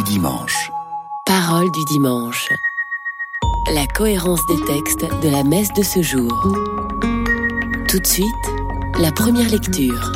dimanche. Parole du dimanche. La cohérence des textes de la messe de ce jour. Tout de suite, la première lecture.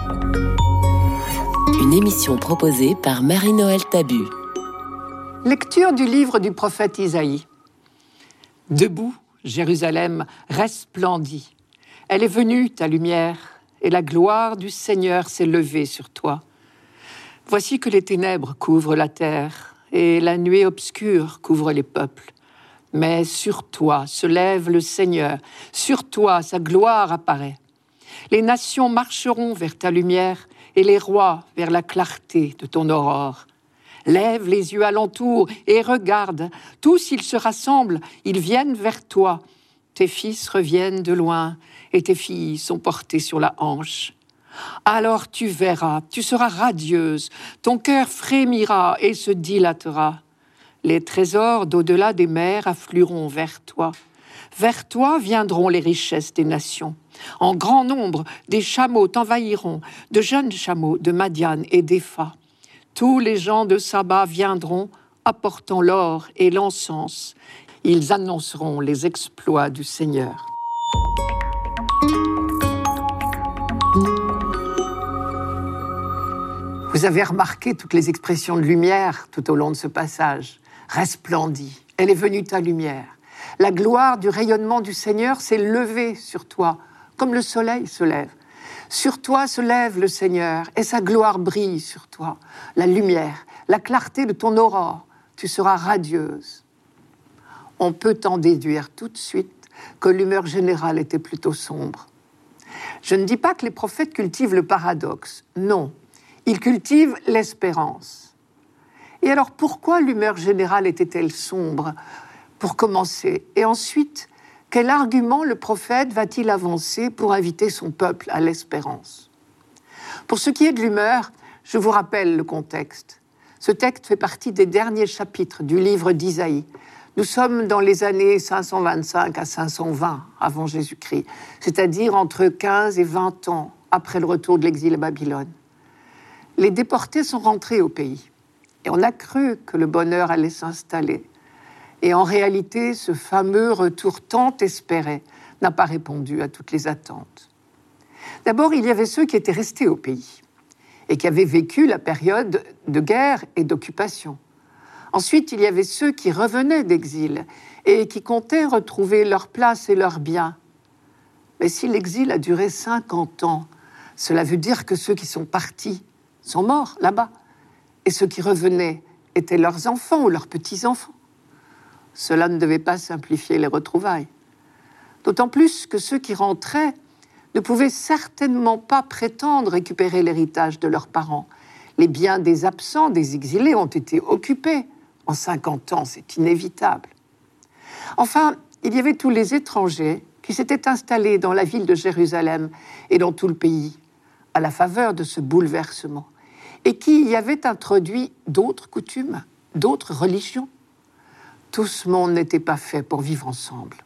Une émission proposée par Marie-Noël Tabu. Lecture du livre du prophète Isaïe. Debout, Jérusalem resplendit. Elle est venue, ta lumière, et la gloire du Seigneur s'est levée sur toi. Voici que les ténèbres couvrent la terre, et la nuée obscure couvre les peuples. Mais sur toi se lève le Seigneur, sur toi sa gloire apparaît. Les nations marcheront vers ta lumière, et les rois vers la clarté de ton aurore. Lève les yeux alentour et regarde. Tous, ils se rassemblent, ils viennent vers toi. Tes fils reviennent de loin et tes filles sont portées sur la hanche. Alors tu verras, tu seras radieuse, ton cœur frémira et se dilatera. Les trésors d'au-delà des mers afflueront vers toi. Vers toi viendront les richesses des nations. En grand nombre, des chameaux t'envahiront, de jeunes chameaux de Madian et d'Épha. Tous les gens de Saba viendront, apportant l'or et l'encens. Ils annonceront les exploits du Seigneur. Vous avez remarqué toutes les expressions de lumière tout au long de ce passage. Resplendit, elle est venue ta lumière. La gloire du rayonnement du Seigneur s'est levée sur toi, comme le soleil se lève. Sur toi se lève le Seigneur, et sa gloire brille sur toi. La lumière, la clarté de ton aurore, tu seras radieuse. On peut en déduire tout de suite que l'humeur générale était plutôt sombre. Je ne dis pas que les prophètes cultivent le paradoxe, non, ils cultivent l'espérance. Et alors pourquoi l'humeur générale était-elle sombre, pour commencer? Et ensuite, quel argument le prophète va-t-il avancer pour inviter son peuple à l'espérance? Pour ce qui est de l'humeur, je vous rappelle le contexte. Ce texte fait partie des derniers chapitres du livre d'Isaïe. Nous sommes dans les années 525 à 520 avant Jésus-Christ, c'est-à-dire entre 15 et 20 ans après le retour de l'exil à Babylone. Les déportés sont rentrés au pays et on a cru que le bonheur allait s'installer. Et en réalité, ce fameux retour tant espéré n'a pas répondu à toutes les attentes. D'abord, il y avait ceux qui étaient restés au pays et qui avaient vécu la période de guerre et d'occupation. Ensuite, il y avait ceux qui revenaient d'exil et qui comptaient retrouver leur place et leurs biens. Mais si l'exil a duré 50 ans, cela veut dire que ceux qui sont partis sont morts là-bas et ceux qui revenaient étaient leurs enfants ou leurs petits-enfants. Cela ne devait pas simplifier les retrouvailles. D'autant plus que ceux qui rentraient ne pouvaient certainement pas prétendre récupérer l'héritage de leurs parents. Les biens des absents, des exilés, ont été occupés. En 50 ans, c'est inévitable. Enfin, il y avait tous les étrangers qui s'étaient installés dans la ville de Jérusalem et dans tout le pays, à la faveur de ce bouleversement, et qui y avaient introduit d'autres coutumes, d'autres religions. Tout ce monde n'était pas fait pour vivre ensemble.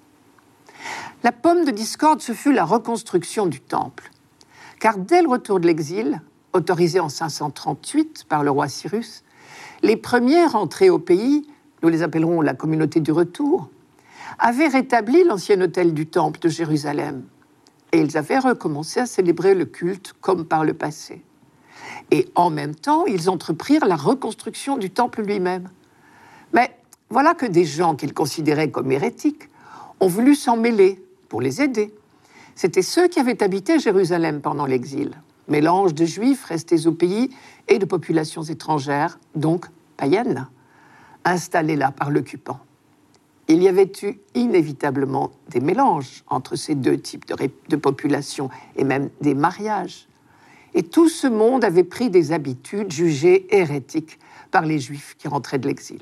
La pomme de discorde, ce fut la reconstruction du temple. Car dès le retour de l'exil, autorisé en 538 par le roi Cyrus, les premiers rentrés au pays, nous les appellerons la communauté du retour, avaient rétabli l'ancien autel du temple de Jérusalem. Et ils avaient recommencé à célébrer le culte comme par le passé. Et en même temps, ils entreprirent la reconstruction du temple lui-même. Mais voilà que des gens qu'ils considéraient comme hérétiques ont voulu s'en mêler pour les aider. C'étaient ceux qui avaient habité Jérusalem pendant l'exil, mélange de juifs restés au pays et de populations étrangères, donc païennes, installées là par l'occupant. Il y avait eu inévitablement des mélanges entre ces deux types de populations et même des mariages. Et tout ce monde avait pris des habitudes jugées hérétiques par les juifs qui rentraient de l'exil.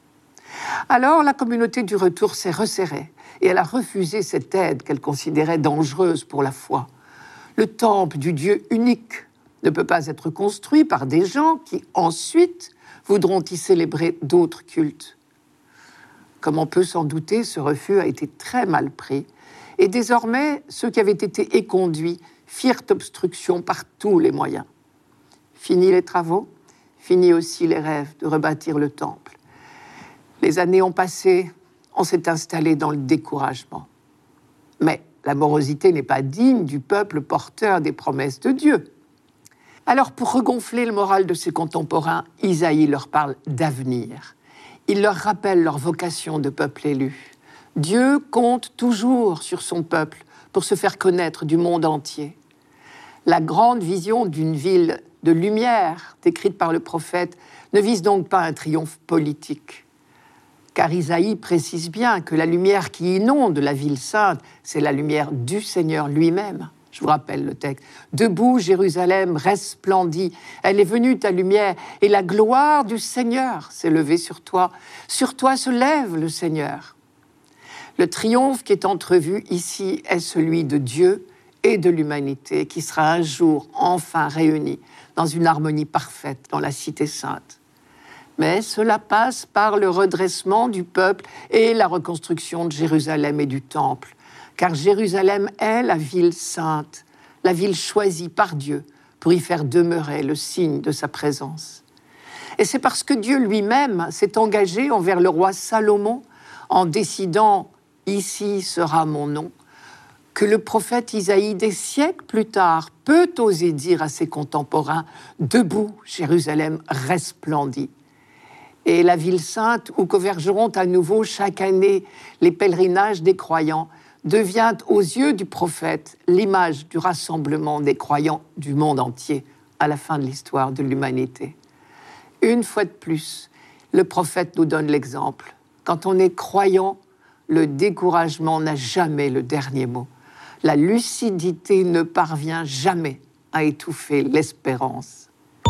Alors la communauté du retour s'est resserrée et elle a refusé cette aide qu'elle considérait dangereuse pour la foi. Le temple du Dieu unique ne peut pas être construit par des gens qui ensuite voudront y célébrer d'autres cultes. Comme on peut s'en douter, ce refus a été très mal pris et désormais ceux qui avaient été éconduits firent obstruction par tous les moyens. Fini les travaux, finit aussi les rêves de rebâtir le temple. Les années ont passé, on s'est installé dans le découragement. Mais la morosité n'est pas digne du peuple porteur des promesses de Dieu. Alors, pour regonfler le moral de ses contemporains, Isaïe leur parle d'avenir. Il leur rappelle leur vocation de peuple élu. Dieu compte toujours sur son peuple pour se faire connaître du monde entier. La grande vision d'une ville de lumière, décrite par le prophète, ne vise donc pas un triomphe politique. Car Isaïe précise bien que la lumière qui inonde la ville sainte, c'est la lumière du Seigneur lui-même. Je vous rappelle le texte. « Debout, Jérusalem resplendit. Elle est venue ta lumière, et la gloire du Seigneur s'est levée sur toi. Sur toi se lève le Seigneur. » Le triomphe qui est entrevu ici est celui de Dieu et de l'humanité, qui sera un jour enfin réunis dans une harmonie parfaite dans la cité sainte. Mais cela passe par le redressement du peuple et la reconstruction de Jérusalem et du temple. Car Jérusalem est la ville sainte, la ville choisie par Dieu pour y faire demeurer le signe de sa présence. Et c'est parce que Dieu lui-même s'est engagé envers le roi Salomon en décidant « Ici sera mon nom », que le prophète Isaïe, des siècles plus tard, peut oser dire à ses contemporains « Debout, Jérusalem resplendit ». Et la ville sainte, où convergeront à nouveau chaque année les pèlerinages des croyants, devient aux yeux du prophète l'image du rassemblement des croyants du monde entier à la fin de l'histoire de l'humanité. Une fois de plus, le prophète nous donne l'exemple. Quand on est croyant, le découragement n'a jamais le dernier mot. La lucidité ne parvient jamais à étouffer l'espérance.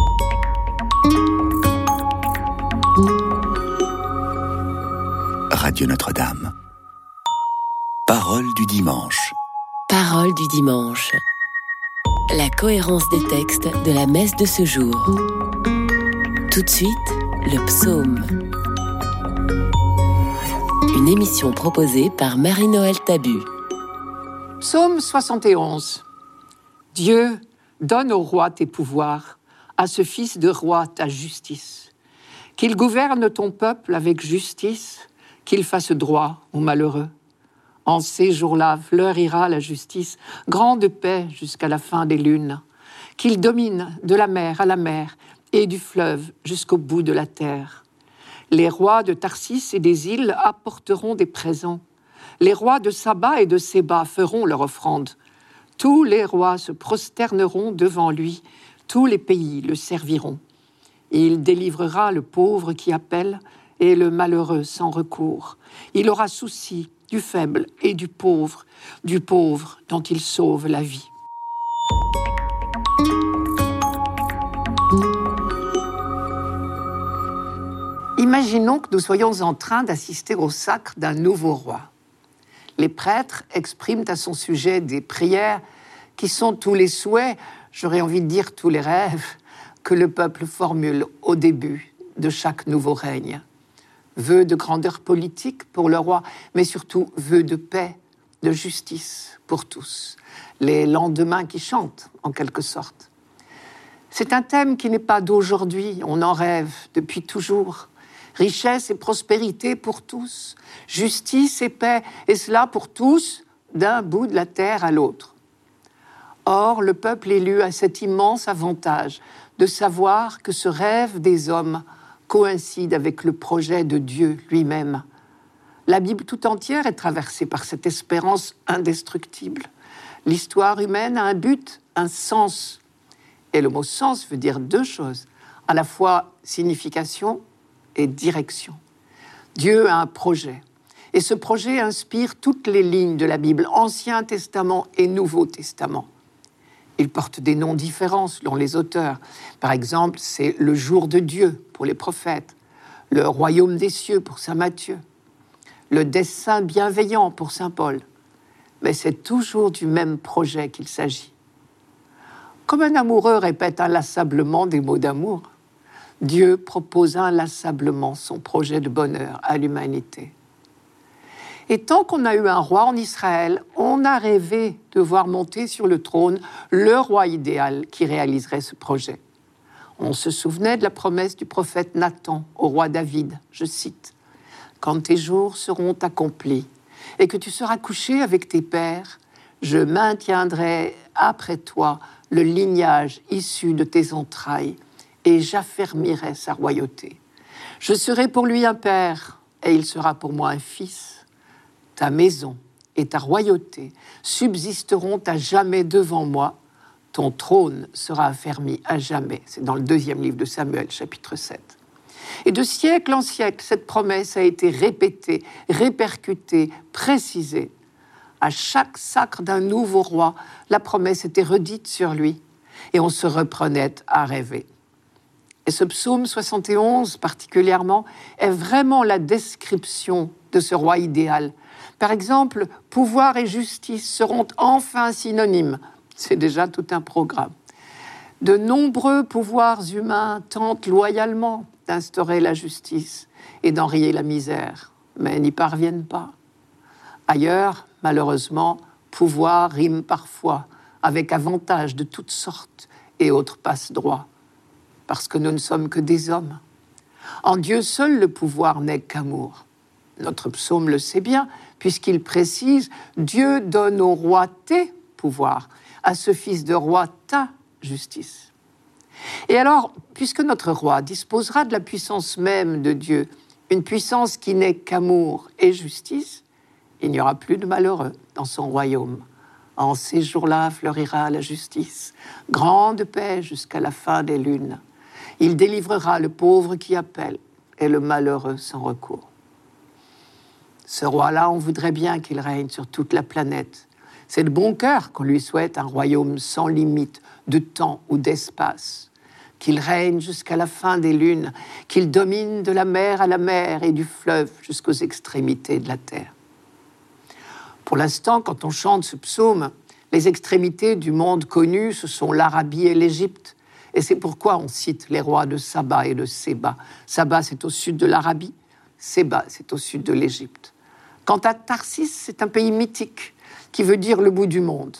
Radio Notre-Dame. Parole du dimanche. Parole du dimanche. La cohérence des textes de la messe de ce jour. Tout de suite, le psaume. Une émission proposée par Marie-Noël Tabu. Psaume 71. Dieu, donne au roi tes pouvoirs, à ce fils de roi ta justice. Qu'il gouverne ton peuple avec justice, qu'il fasse droit aux malheureux. En ces jours-là, fleurira la justice, grande paix jusqu'à la fin des lunes. Qu'il domine de la mer à la mer et du fleuve jusqu'au bout de la terre. Les rois de Tarsis et des îles apporteront des présents. Les rois de Saba et de Séba feront leur offrande. Tous les rois se prosterneront devant lui, tous les pays le serviront. Il délivrera le pauvre qui appelle et le malheureux sans recours. Il aura souci du faible et du pauvre dont il sauve la vie. Imaginons que nous soyons en train d'assister au sacre d'un nouveau roi. Les prêtres expriment à son sujet des prières qui sont tous les souhaits, j'aurais envie de dire tous les rêves, que le peuple formule au début de chaque nouveau règne. Vœux de grandeur politique pour le roi, mais surtout vœux de paix, de justice pour tous. Les lendemains qui chantent, en quelque sorte. C'est un thème qui n'est pas d'aujourd'hui, on en rêve depuis toujours. Richesse et prospérité pour tous, justice et paix, et cela pour tous, d'un bout de la terre à l'autre. Or, le peuple élu a cet immense avantage de savoir que ce rêve des hommes coïncide avec le projet de Dieu lui-même. La Bible tout entière est traversée par cette espérance indestructible. L'histoire humaine a un but, un sens. Et le mot sens veut dire deux choses, à la fois signification et direction. Dieu a un projet. Et ce projet inspire toutes les lignes de la Bible, Ancien Testament et Nouveau Testament. Il porte des noms différents selon les auteurs. Par exemple, c'est le jour de Dieu pour les prophètes, le royaume des cieux pour saint Matthieu, le dessein bienveillant pour saint Paul. Mais c'est toujours du même projet qu'il s'agit. Comme un amoureux répète inlassablement des mots d'amour, Dieu propose inlassablement son projet de bonheur à l'humanité. Et tant qu'on a eu un roi en Israël, on a rêvé de voir monter sur le trône le roi idéal qui réaliserait ce projet. On se souvenait de la promesse du prophète Nathan au roi David, je cite, « Quand tes jours seront accomplis et que tu seras couché avec tes pères, je maintiendrai après toi le lignage issu de tes entrailles et j'affermirai sa royauté. Je serai pour lui un père et il sera pour moi un fils. Ta maison et ta royauté subsisteront à jamais devant moi. Ton trône sera affermi à jamais. » C'est dans le 2e livre de Samuel, chapitre 7. Et de siècle en siècle, cette promesse a été répétée, répercutée, précisée. À chaque sacre d'un nouveau roi, la promesse était redite sur lui et on se reprenait à rêver. Et ce psaume 71 particulièrement est vraiment la description de ce roi idéal. Par exemple, pouvoir et justice seront enfin synonymes. C'est déjà tout un programme. De nombreux pouvoirs humains tentent loyalement d'instaurer la justice et d'enrayer la misère, mais n'y parviennent pas. Ailleurs, malheureusement, pouvoir rime parfois avec avantages de toutes sortes et autres passe-droits, parce que nous ne sommes que des hommes. En Dieu seul, le pouvoir n'est qu'amour. Notre psaume le sait bien, puisqu'il précise « Dieu donne au roi tes pouvoirs, à ce fils de roi ta justice ». Et alors, puisque notre roi disposera de la puissance même de Dieu, une puissance qui n'est qu'amour et justice, il n'y aura plus de malheureux dans son royaume. En ces jours-là fleurira la justice, grande paix jusqu'à la fin des lunes. Il délivrera le pauvre qui appelle et le malheureux sans recours. Ce roi-là, on voudrait bien qu'il règne sur toute la planète. C'est de bon cœur qu'on lui souhaite un royaume sans limite de temps ou d'espace. Qu'il règne jusqu'à la fin des lunes, qu'il domine de la mer à la mer et du fleuve jusqu'aux extrémités de la terre. Pour l'instant, quand on chante ce psaume, les extrémités du monde connu, ce sont l'Arabie et l'Égypte. Et c'est pourquoi on cite les rois de Saba et de Séba. Saba, c'est au sud de l'Arabie. Séba, c'est au sud de l'Égypte. Quant à Tarsis, c'est un pays mythique qui veut dire le bout du monde.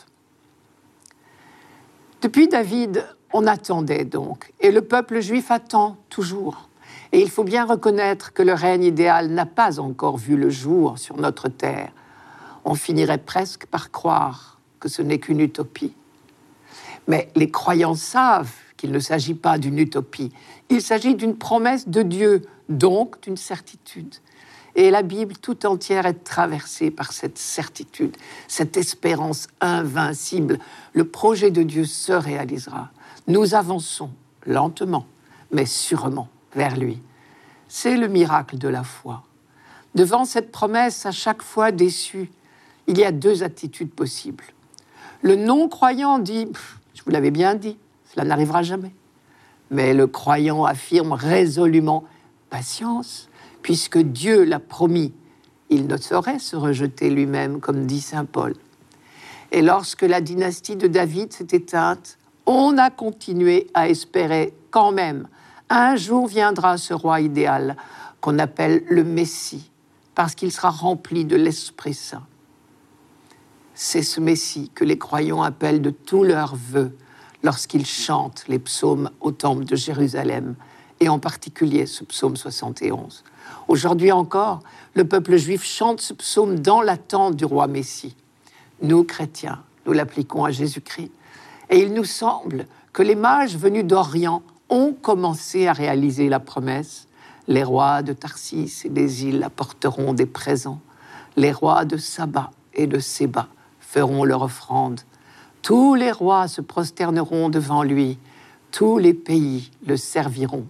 Depuis David, on attendait donc. Et le peuple juif attend toujours. Et il faut bien reconnaître que le règne idéal n'a pas encore vu le jour sur notre terre. On finirait presque par croire que ce n'est qu'une utopie. Mais les croyants savent qu'il ne s'agit pas d'une utopie. Il s'agit d'une promesse de Dieu, donc d'une certitude. Et la Bible tout entière est traversée par cette certitude, cette espérance invincible. Le projet de Dieu se réalisera. Nous avançons lentement, mais sûrement vers lui. C'est le miracle de la foi. Devant cette promesse à chaque fois déçue, il y a 2 attitudes possibles. Le non-croyant dit « Je vous l'avais bien dit, cela n'arrivera jamais ». Mais le croyant affirme résolument « Patience, puisque Dieu l'a promis, il ne saurait se rejeter lui-même, comme dit saint Paul. » Et lorsque la dynastie de David s'est éteinte, on a continué à espérer quand même. Un jour viendra ce roi idéal qu'on appelle le Messie, parce qu'il sera rempli de l'Esprit Saint. C'est ce Messie que les croyants appellent de tous leurs vœux lorsqu'ils chantent les psaumes au temple de Jérusalem, et en particulier ce psaume 71. Aujourd'hui encore, le peuple juif chante ce psaume dans l'attente du roi Messie. Nous, chrétiens, nous l'appliquons à Jésus-Christ. Et il nous semble que les mages venus d'Orient ont commencé à réaliser la promesse. Les rois de Tarsis et des îles apporteront des présents. Les rois de Saba et de Séba feront leur offrande. Tous les rois se prosterneront devant lui. Tous les pays le serviront.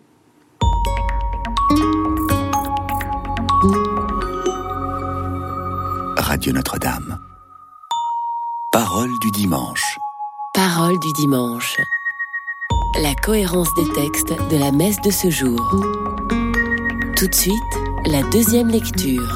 Radio Notre-Dame. Parole du dimanche. Parole du dimanche. La cohérence des textes de la messe de ce jour. Tout de suite, la 2e lecture.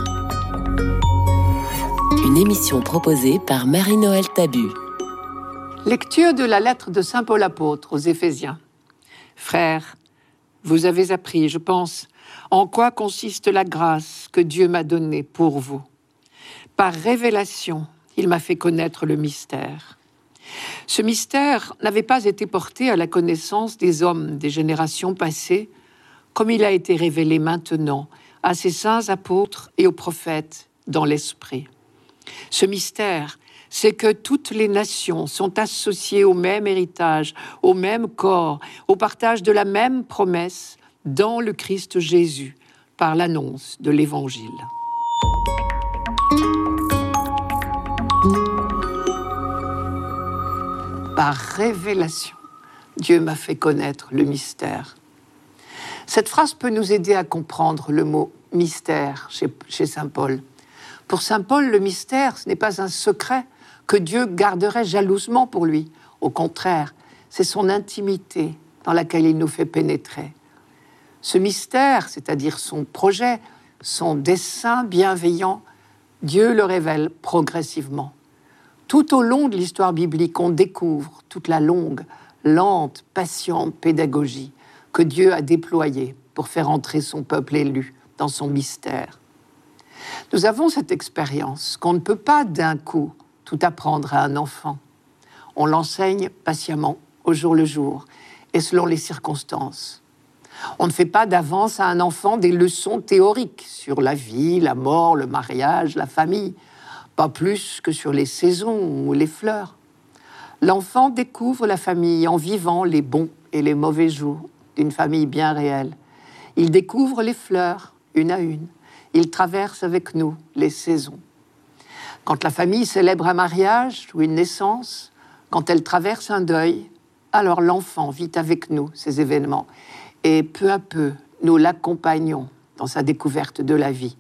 Une émission proposée par Marie-Noël Tabu. Lecture de la lettre de saint Paul apôtre aux Éphésiens. Frères, vous avez appris, je pense, en quoi consiste la grâce que Dieu m'a donnée pour vous. Par révélation, il m'a fait connaître le mystère. Ce mystère n'avait pas été porté à la connaissance des hommes des générations passées, comme il a été révélé maintenant à ses saints apôtres et aux prophètes dans l'Esprit. Ce mystère, c'est que toutes les nations sont associées au même héritage, au même corps, au partage de la même promesse dans le Christ Jésus, par l'annonce de l'Évangile. Par révélation, Dieu m'a fait connaître le mystère. Cette phrase peut nous aider à comprendre le mot « mystère » chez saint Paul. Pour saint Paul, le mystère, ce n'est pas un secret que Dieu garderait jalousement pour lui. Au contraire, c'est son intimité dans laquelle il nous fait pénétrer. Ce mystère, c'est-à-dire son projet, son dessein bienveillant, Dieu le révèle progressivement. Tout au long de l'histoire biblique, on découvre toute la longue, lente, patiente pédagogie que Dieu a déployée pour faire entrer son peuple élu dans son mystère. Nous avons cette expérience qu'on ne peut pas d'un coup tout apprendre à un enfant. On l'enseigne patiemment, au jour le jour, et selon les circonstances. On ne fait pas d'avance à un enfant des leçons théoriques sur la vie, la mort, le mariage, la famille, pas plus que sur les saisons ou les fleurs. L'enfant découvre la famille en vivant les bons et les mauvais jours d'une famille bien réelle. Il découvre les fleurs, une à une. Il traverse avec nous les saisons. Quand la famille célèbre un mariage ou une naissance, quand elle traverse un deuil, alors l'enfant vit avec nous ces événements. Et peu à peu, nous l'accompagnons dans sa découverte de la vie.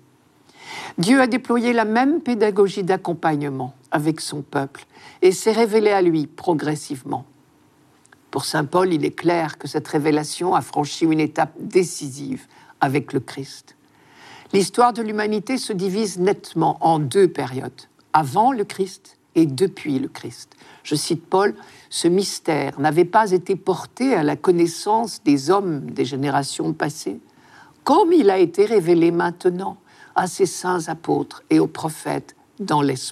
Dieu a déployé la même pédagogie d'accompagnement avec son peuple et s'est révélé à lui progressivement. Pour saint Paul, il est clair que cette révélation a franchi une étape décisive avec le Christ. L'histoire de l'humanité se divise nettement en deux périodes, avant le Christ et depuis le Christ. Je cite Paul, « Ce mystère n'avait pas été porté à la connaissance des hommes des générations passées, comme il a été révélé maintenant à ses saints apôtres et aux prophètes dans l'Esprit. »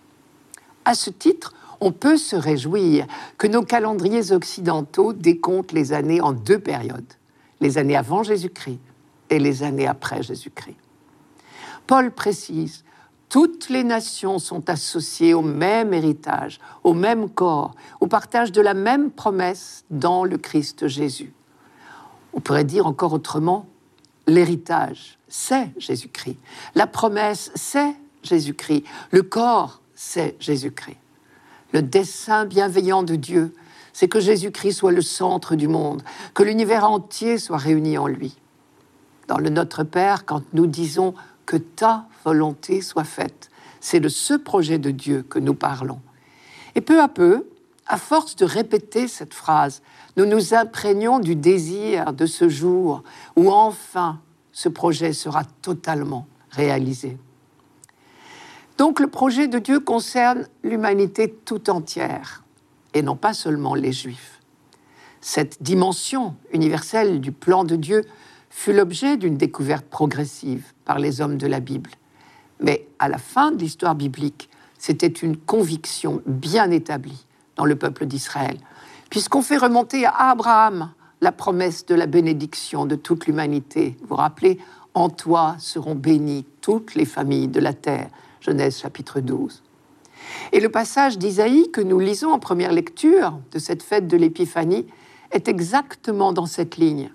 À ce titre, on peut se réjouir que nos calendriers occidentaux décomptent les années en deux périodes, les années avant Jésus-Christ et les années après Jésus-Christ. Paul précise, toutes les nations sont associées au même héritage, au même corps, au partage de la même promesse dans le Christ Jésus. On pourrait dire encore autrement, l'héritage, c'est Jésus-Christ. La promesse, c'est Jésus-Christ. Le corps, c'est Jésus-Christ. Le dessein bienveillant de Dieu, c'est que Jésus-Christ soit le centre du monde, que l'univers entier soit réuni en lui. Dans le Notre Père, quand nous disons que ta volonté soit faite, c'est de ce projet de Dieu que nous parlons. Et peu à peu, à force de répéter cette phrase, nous nous imprégnons du désir de ce jour où enfin ce projet sera totalement réalisé. Donc le projet de Dieu concerne l'humanité tout entière, et non pas seulement les Juifs. Cette dimension universelle du plan de Dieu fut l'objet d'une découverte progressive par les hommes de la Bible. Mais à la fin de l'histoire biblique, c'était une conviction bien établie dans le peuple d'Israël, puisqu'on fait remonter à Abraham la promesse de la bénédiction de toute l'humanité. Vous vous rappelez, « En toi seront bénies toutes les familles de la terre », Genèse chapitre 12. Et le passage d'Isaïe que nous lisons en première lecture de cette fête de l'Épiphanie est exactement dans cette ligne.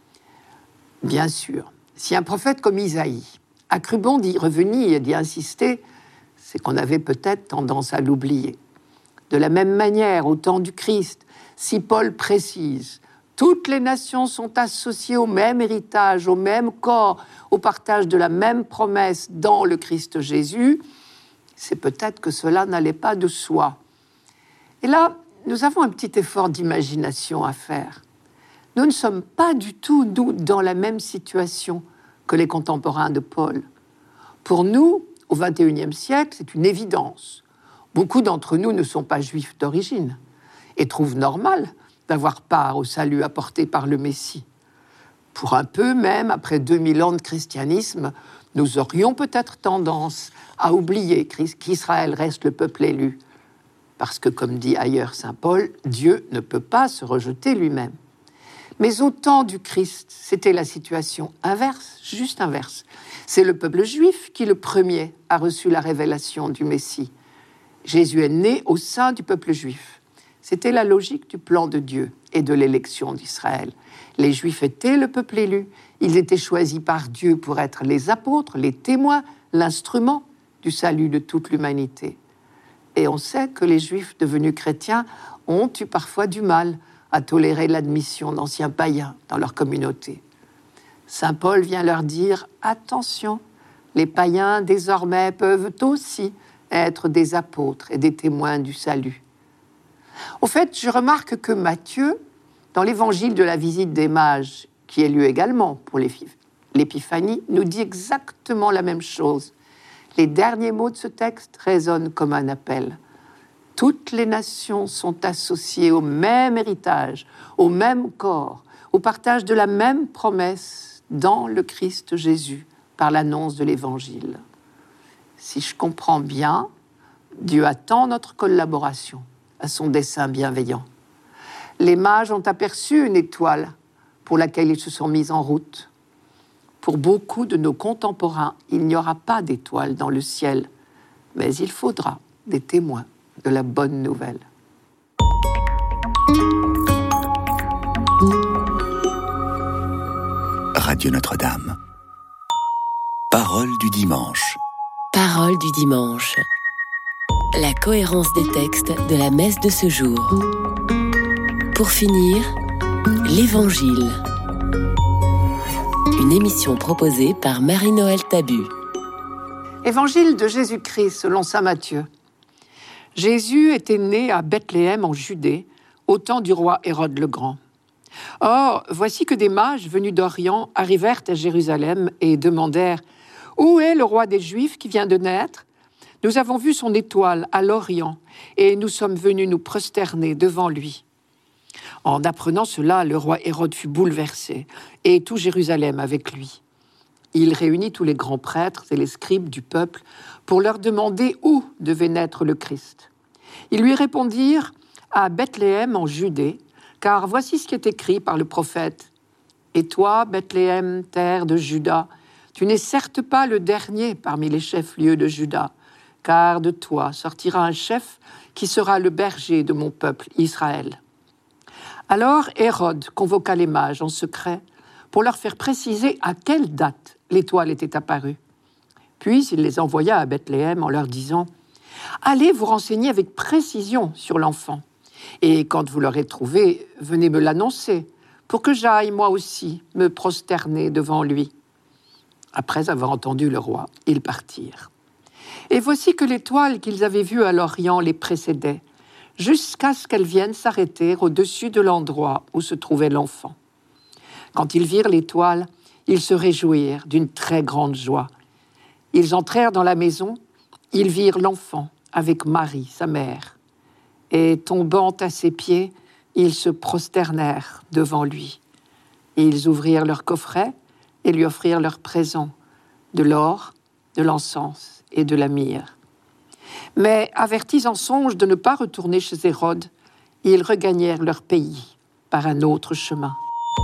Bien sûr, si un prophète comme Isaïe a cru bon d'y revenir et d'y insister, c'est qu'on avait peut-être tendance à l'oublier. De la même manière, au temps du Christ, si Paul précise « Toutes les nations sont associées au même héritage, au même corps, au partage de la même promesse dans le Christ Jésus », c'est peut-être que cela n'allait pas de soi. Et là, nous avons un petit effort d'imagination à faire. Nous ne sommes pas du tout, nous, dans la même situation que les contemporains de Paul. Pour nous, au XXIe siècle, c'est une évidence. Beaucoup d'entre nous ne sont pas juifs d'origine et trouvent normal d'avoir part au salut apporté par le Messie. Pour un peu même, après 2000 ans de christianisme, nous aurions peut-être tendance à oublier qu'Israël reste le peuple élu. parce que, comme dit ailleurs saint Paul, Dieu ne peut pas se rejeter lui-même. Mais au temps du Christ, c'était la situation inverse, juste inverse. C'est le peuple juif qui, le premier, a reçu la révélation du Messie. Jésus est né au sein du peuple juif. C'était la logique du plan de Dieu et de l'élection d'Israël. Les Juifs étaient le peuple élu. Ils étaient choisis par Dieu pour être les apôtres, les témoins, l'instrument du salut de toute l'humanité. Et on sait que les Juifs devenus chrétiens ont eu parfois du mal à tolérer l'admission d'anciens païens dans leur communauté. Saint Paul vient leur dire « Attention, les païens désormais peuvent aussi être des apôtres et des témoins du salut. » Au fait, je remarque que Matthieu, dans l'évangile de la visite des mages, qui est lieu également pour l'épiphanie, nous dit exactement la même chose. Les derniers mots de ce texte résonnent comme un appel. Toutes les nations sont associées au même héritage, au même corps, au partage de la même promesse dans le Christ Jésus, par l'annonce de l'Évangile. Si je comprends bien, Dieu attend notre collaboration à son dessein bienveillant. Les mages ont aperçu une étoile pour laquelle ils se sont mis en route. Pour beaucoup de nos contemporains, il n'y aura pas d'étoile dans le ciel, mais il faudra des témoins de la bonne nouvelle. Radio Notre-Dame. Parole du dimanche. Parole du dimanche. La cohérence des textes de la messe de ce jour. Pour finir, l'Évangile. Une émission proposée par Marie-Noël Tabu. Évangile de Jésus-Christ selon saint Matthieu. Jésus était né à Bethléem en Judée, au temps du roi Hérode le Grand. Or, voici que des mages venus d'Orient arrivèrent à Jérusalem et demandèrent « Où est le roi des Juifs qui vient de naître ? Nous avons vu son étoile à l'Orient et nous sommes venus nous prosterner devant lui. » En apprenant cela, le roi Hérode fut bouleversé et tout Jérusalem avec lui. Il réunit tous les grands prêtres et les scribes du peuple pour leur demander où devait naître le Christ. Ils lui répondirent « À Bethléem en Judée, car voici ce qui est écrit par le prophète. Et toi, Bethléem, terre de Juda, tu n'es certes pas le dernier parmi les chefs-lieux de Juda, car de toi sortira un chef qui sera le berger de mon peuple Israël. » Alors Hérode convoqua les mages en secret pour leur faire préciser à quelle date l'étoile était apparue. Puis il les envoya à Bethléem en leur disant « Allez vous renseigner avec précision sur l'enfant, et quand vous l'aurez trouvé, venez me l'annoncer, pour que j'aille moi aussi me prosterner devant lui. » Après avoir entendu le roi, ils partirent. Et voici que l'étoile qu'ils avaient vue à l'Orient les précédait, jusqu'à ce qu'elle vienne s'arrêter au-dessus de l'endroit où se trouvait l'enfant. Quand ils virent l'étoile, ils se réjouirent d'une très grande joie. Ils entrèrent dans la maison, ils virent l'enfant avec Marie, sa mère. Et tombant à ses pieds, ils se prosternèrent devant lui. Ils ouvrirent leur coffret et lui offrirent leurs présents, de l'or, de l'encens et de la myrrhe. Mais avertis en songe de ne pas retourner chez Hérode, ils regagnèrent leur pays par un autre chemin.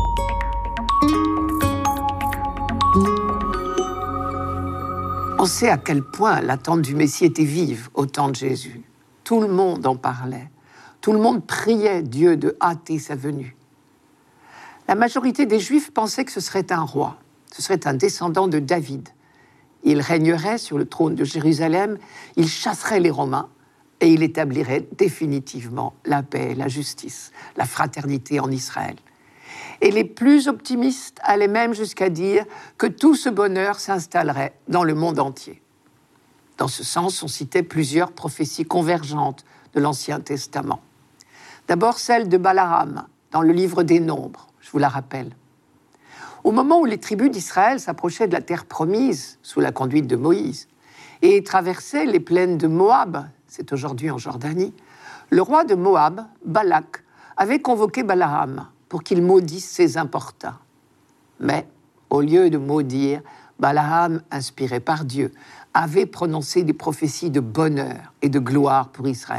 On sait à quel point l'attente du Messie était vive au temps de Jésus. Tout le monde en parlait. Tout le monde priait Dieu de hâter sa venue. La majorité des Juifs pensaient que ce serait un roi, ce serait un descendant de David. Il régnerait sur le trône de Jérusalem, il chasserait les Romains et il établirait définitivement la paix, la justice, la fraternité en Israël. Et les plus optimistes allaient même jusqu'à dire que tout ce bonheur s'installerait dans le monde entier. Dans ce sens, on citait plusieurs prophéties convergentes de l'Ancien Testament. D'abord celle de Balaam, dans le livre des Nombres, je vous la rappelle. Au moment où les tribus d'Israël s'approchaient de la terre promise, sous la conduite de Moïse, et traversaient les plaines de Moab, c'est aujourd'hui en Jordanie, le roi de Moab, Balak, avait convoqué Balaam pour qu'il maudisse ses importuns. Mais, au lieu de maudire, Balaam, inspiré par Dieu, avait prononcé des prophéties de bonheur et de gloire pour Israël.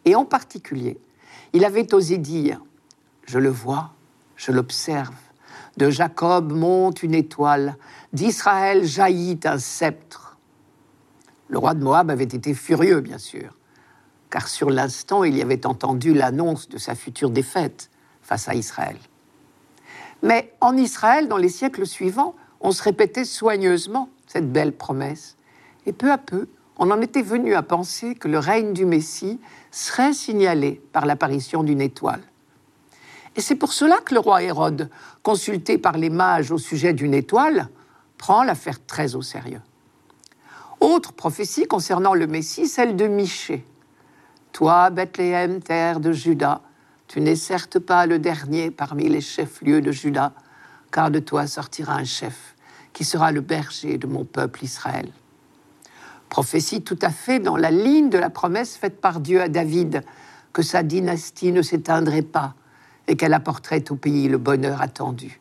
Et en particulier, il avait osé dire « Je le vois, je l'observe. De Jacob monte une étoile, d'Israël jaillit un sceptre. » Le roi de Moab avait été furieux, bien sûr, car sur l'instant, il y avait entendu l'annonce de sa future défaite face à Israël. Mais en Israël, dans les siècles suivants, on se répétait soigneusement cette belle promesse. Et peu à peu, on en était venu à penser que le règne du Messie serait signalé par l'apparition d'une étoile. Et c'est pour cela que le roi Hérode, consulté par les mages au sujet d'une étoile, prend l'affaire très au sérieux. Autre prophétie concernant le Messie, celle de Michée. « Toi, Bethléem, terre de Juda, tu n'es certes pas le dernier parmi les chefs-lieux de Juda, car de toi sortira un chef, qui sera le berger de mon peuple Israël. » Prophétie tout à fait dans la ligne de la promesse faite par Dieu à David, que sa dynastie ne s'éteindrait pas et qu'elle apporterait au pays le bonheur attendu.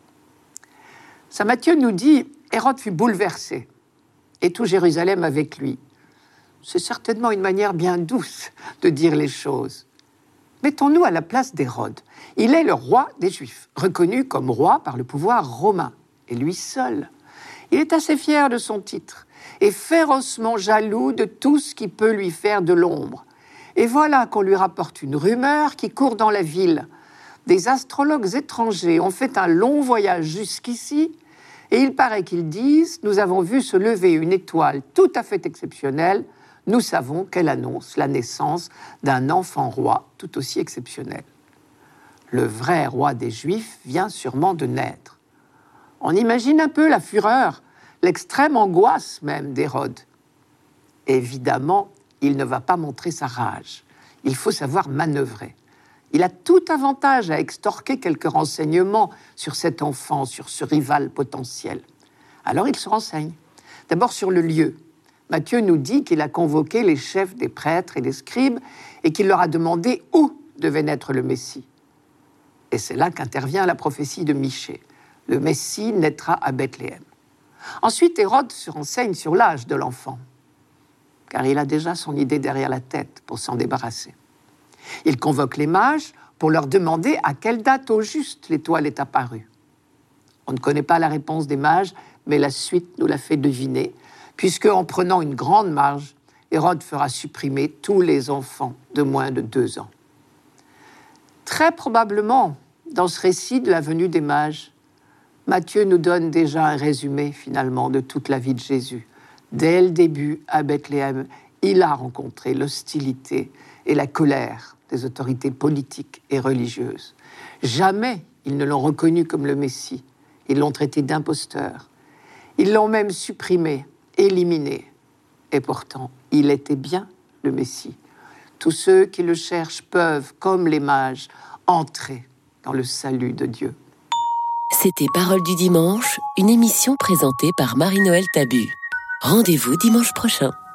Saint Matthieu nous dit « Hérode fut bouleversé, et tout Jérusalem avec lui. » C'est certainement une manière bien douce de dire les choses. Mettons-nous à la place d'Hérode. Il est le roi des Juifs, reconnu comme roi par le pouvoir romain, et lui seul. Il est assez fier de son titre et férocement jaloux de tout ce qui peut lui faire de l'ombre. Et voilà qu'on lui rapporte une rumeur qui court dans la ville. Des astrologues étrangers ont fait un long voyage jusqu'ici et il paraît qu'ils disent « Nous avons vu se lever une étoile tout à fait exceptionnelle. Nous savons qu'elle annonce la naissance d'un enfant roi tout aussi exceptionnel. » Le vrai roi des Juifs vient sûrement de naître. On imagine un peu la fureur, l'extrême angoisse même d'Hérode. Évidemment, il ne va pas montrer sa rage. Il faut savoir manœuvrer. Il a tout avantage à extorquer quelques renseignements sur cet enfant, sur ce rival potentiel. Alors il se renseigne. D'abord sur le lieu. Matthieu nous dit qu'il a convoqué les chefs des prêtres et des scribes et qu'il leur a demandé où devait naître le Messie. Et c'est là qu'intervient la prophétie de Michée. Le Messie naîtra à Bethléem. Ensuite, Hérode se renseigne sur l'âge de l'enfant, car il a déjà son idée derrière la tête pour s'en débarrasser. Il convoque les mages pour leur demander à quelle date au juste l'étoile est apparue. On ne connaît pas la réponse des mages, mais la suite nous l'a fait deviner, puisque en prenant une grande marge, Hérode fera supprimer tous les enfants de moins de 2 ans. Très probablement, dans ce récit de la venue des mages, Matthieu nous donne déjà un résumé finalement de toute la vie de Jésus. Dès le début, à Bethléem, il a rencontré l'hostilité et la colère des autorités politiques et religieuses. Jamais ils ne l'ont reconnu comme le Messie. Ils l'ont traité d'imposteur. Ils l'ont même supprimé, éliminé. Et pourtant, il était bien le Messie. Tous ceux qui le cherchent peuvent, comme les mages, entrer dans le salut de Dieu. C'était Parole du dimanche, une émission présentée par Marie-Noël Tabu. Rendez-vous dimanche prochain.